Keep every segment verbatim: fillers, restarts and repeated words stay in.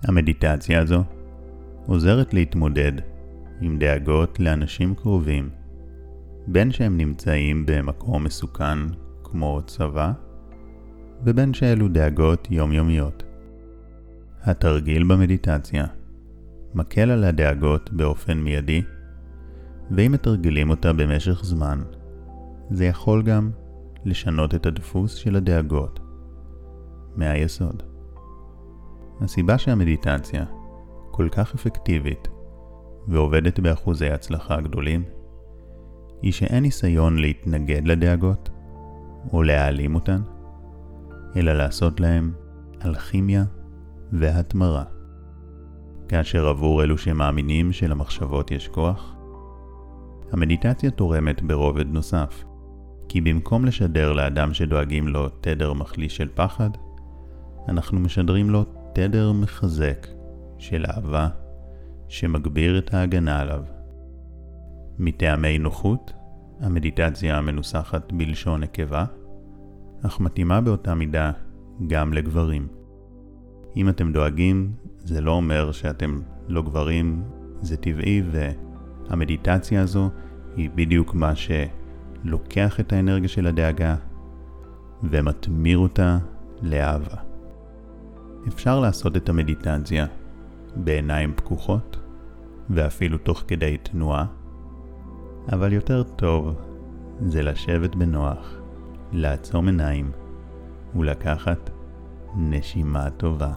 המדיטציה הזו עוזרת להתמודד עם דאגות לאנשים קרובים, בין שהם נמצאים במקום מסוכן כמו צבא, ובין שאלו דאגות יומיומיות. התרגיל במדיטציה מקל על הדאגות באופן מיידי, ואם מתרגלים אותה במשך זמן, זה יכול גם לשנות את הדפוס של הדאגות מהיסוד. הסיבה שהמדיטציה כל כך אפקטיבית ועובדת באחוזי הצלחה גדולים, היא שאין ניסיון להתנגד לדאגות או להעלים אותן, אלא לעשות להם אלכימיה והתמרה. כאשר עבור אלו שמאמינים שלמחשבות יש כוח, המדיטציה תורמת ברובד נוסף, כי במקום לשדר לאדם שדואגים לו תדר מחליש של פחד, אנחנו משדרים לו תדר מחזק של אהבה שמגביר את ההגנה עליו. מטעמי נוחות, המדיטציה המנוסחת בלשון נקבה, אך מתאימה באותה מידה גם לגברים. אם אתם דואגים, זה לא אומר שאתם לא גברים, זה טבעי, והמדיטציה הזו היא בדיוק מה שלוקח את האנרגיה של הדאגה ומתמיר אותה לאהבה. אפשר לעשות את המדיטציה בעיניים פקוחות ואפילו תוך כדי תנועה, אבל יותר טוב זה לשבת בנוח, לעצום עיניים ולקחת נשימה טובה.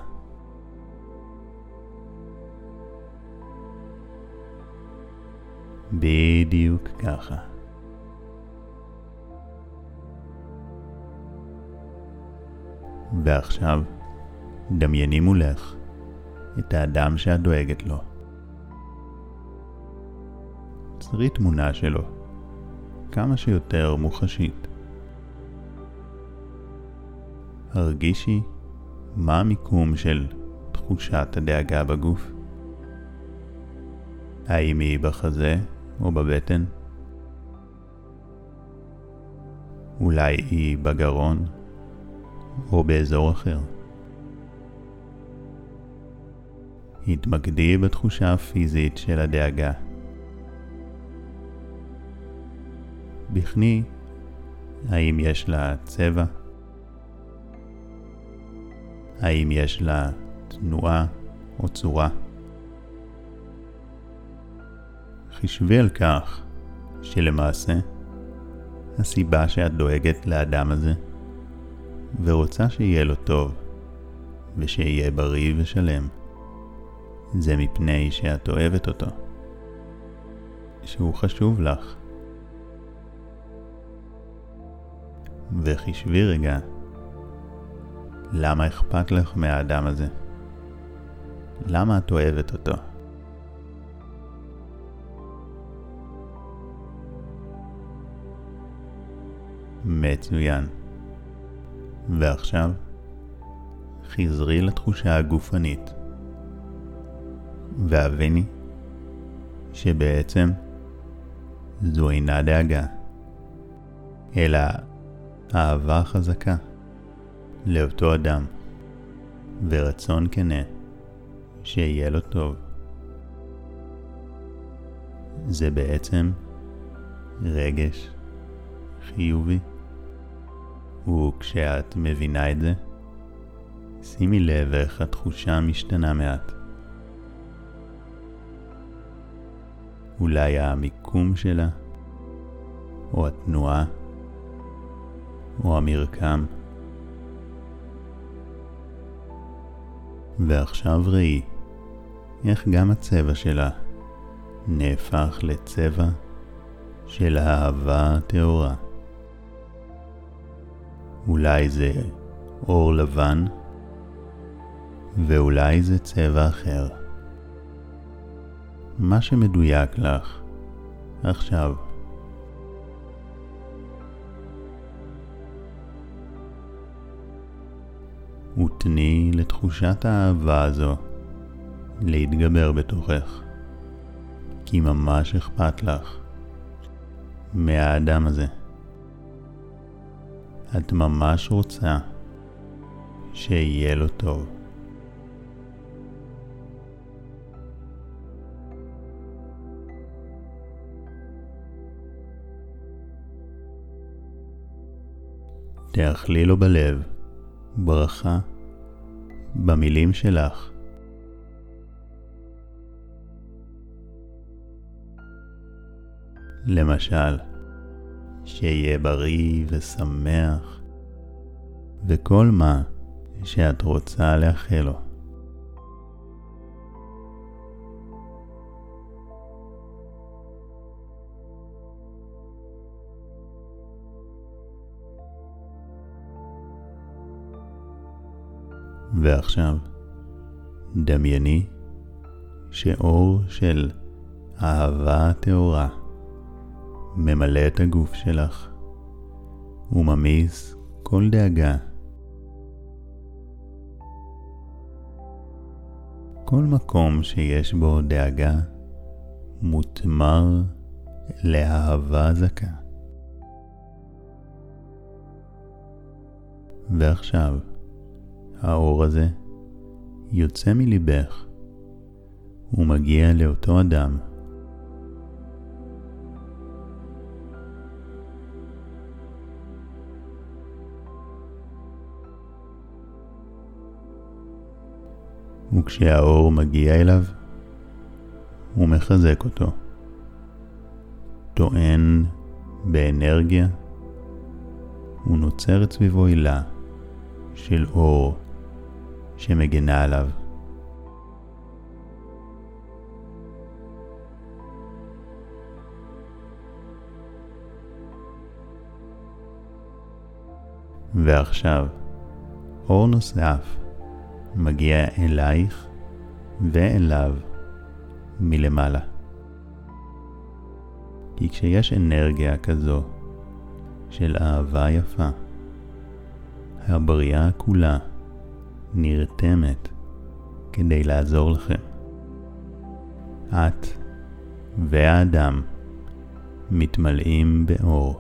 בדיוק ככה. ועכשיו דמייני מולך את האדם שאת דואגת לו. צרי תמונה שלו כמה שיותר מוחשית. הרגישי מה המיקום של תחושת הדאגה בגוף. האם היא בחזה או בבטן? אולי היא בגרון או באזור אחר. התמקדי בתחושה הפיזית של הדאגה. בחני, האם יש לה צבע? האם יש לה תנועה או צורה? חשבי על כך שלמעשה הסיבה שאת דואגת לאדם הזה ורוצה שיהיה לו טוב ושיהיה בריא ושלם, זה מפני שאת אוהבת אותו, שהוא חשוב לך. וחשבי רגע, למה אכפת לך מהאדם הזה? למה את אוהבת אותו? מצוין. ועכשיו חזרי לתחושה הגופנית והביני שבעצם זו אינה דאגה, אלא אהבה חזקה לאותו אדם ורצון כנה שיהיה לו טוב. זה בעצם רגש חיובי, וכשאת מבינה את זה, שימי לב איך התחושה משתנה מעט. אולי המיקום שלה, או התנועה, או המרקם. ועכשיו ראי איך גם הצבע שלה נהפך לצבע של אהבה טהורה. אולי זה אור לבן, ואולי זה צבע אחר. מה שמדויק לך עכשיו. ותני לתחושת האהבה הזו להתגבר בתוכך, כי ממש אכפת לך מהאדם הזה. את ממש רוצה שיהיה לו טוב. תאכלי לו בלב ברכה במילים שלך. למשל, שיהיה בריא ושמח, וכל מה שאת רוצה לאחל לו. ועכשיו, דמייני שאור של אהבה טהורה ממלא את הגוף שלך וממיס כל דאגה. כל מקום שיש בו דאגה מותמר לאהבה זכה. ועכשיו, האור הזה יוצא מליבך ומגיע לאותו אדם. וכשהאור מגיע אליו, הוא מחזק אותו, טוען באנרגיה, ונוצרת סביבו הילה של אור שמגנה עליו. ועכשיו, אור נוסף מגיע אלייך ואליו מלמעלה. כי כשיש אנרגיה כזו של אהבה יפה, הבריאה כולה נרתמת כדי לעזור לכם. את והאדם מתמלאים באור.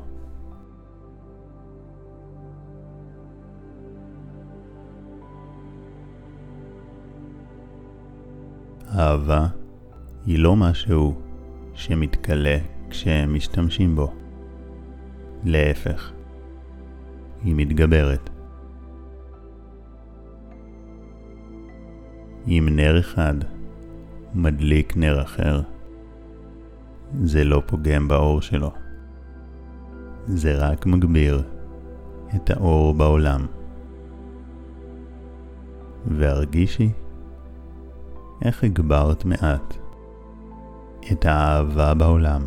אהבה היא לא משהו שמתקלה כשמשתמשים בו. להפך, היא מתגברת. אם נר אחד מדליק נר אחר, זה לא פוגם באור שלו. זה רק מגביר את האור בעולם. והרגישי איך הגברת מעט את האהבה בעולם.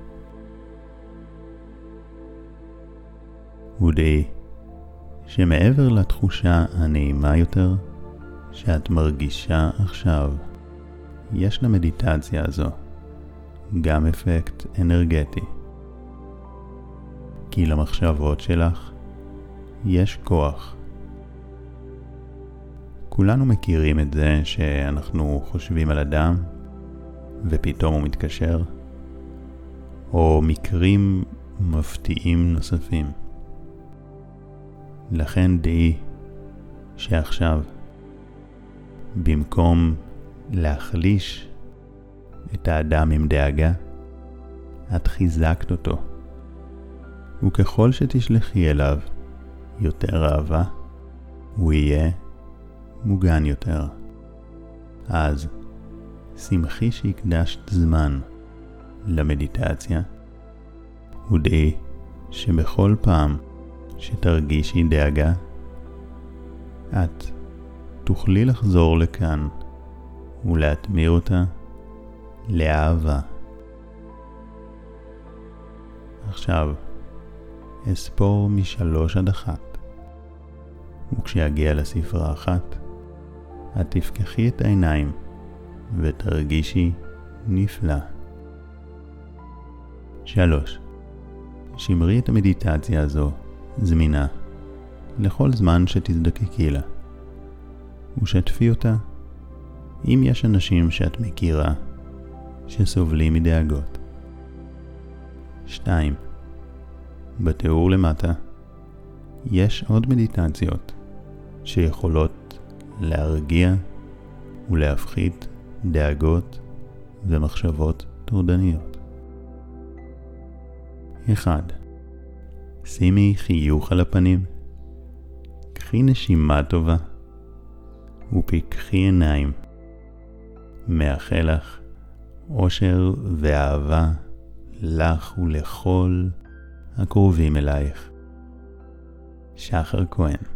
ודעי שמעבר לתחושה הנעימה יותר שאת מרגישה עכשיו, יש למדיטציה הזו גם אפקט אנרגטי. כי למחשבות שלך יש כוח. כולנו מכירים את זה שאנחנו חושבים על אדם ופתאום הוא מתקשר, או מקרים מפתיעים נוספים. לכן דעי שעכשיו, במקום להחליש את האדם עם דאגה, את חיזקת אותו. וככל שתשלחי אליו יותר אהבה, הוא יהיה מוגן יותר. אז שמחי שהקדשת זמן למדיטציה, ודעי שבכל פעם שתרגישי דאגה, את תוכלי לחזור לכאן ולהתמיר אותה לאהבה. עכשיו, אספור משלוש עד אחת, וכשיגיע לספרה אחת, את תפקחי את העיניים ותרגישי נפלא. שלוש. שמרי את המדיטציה הזו זמינה לכל זמן שתזדקקי לה, ושתפי אותה אם יש אנשים שאת מכירה שסובלים מדאגות. שתיים. בתיאור למטה יש עוד מדיטציות שיכולות להרגיע ולהפחית דאגות ומחשבות טורדניות. אחד. שימי חיוך על הפנים קחי נשימה טובה ופיקחי עיניים. מאחל לך אושר ואהבה לך ולכל הקרובים אלייך. שחר כהן.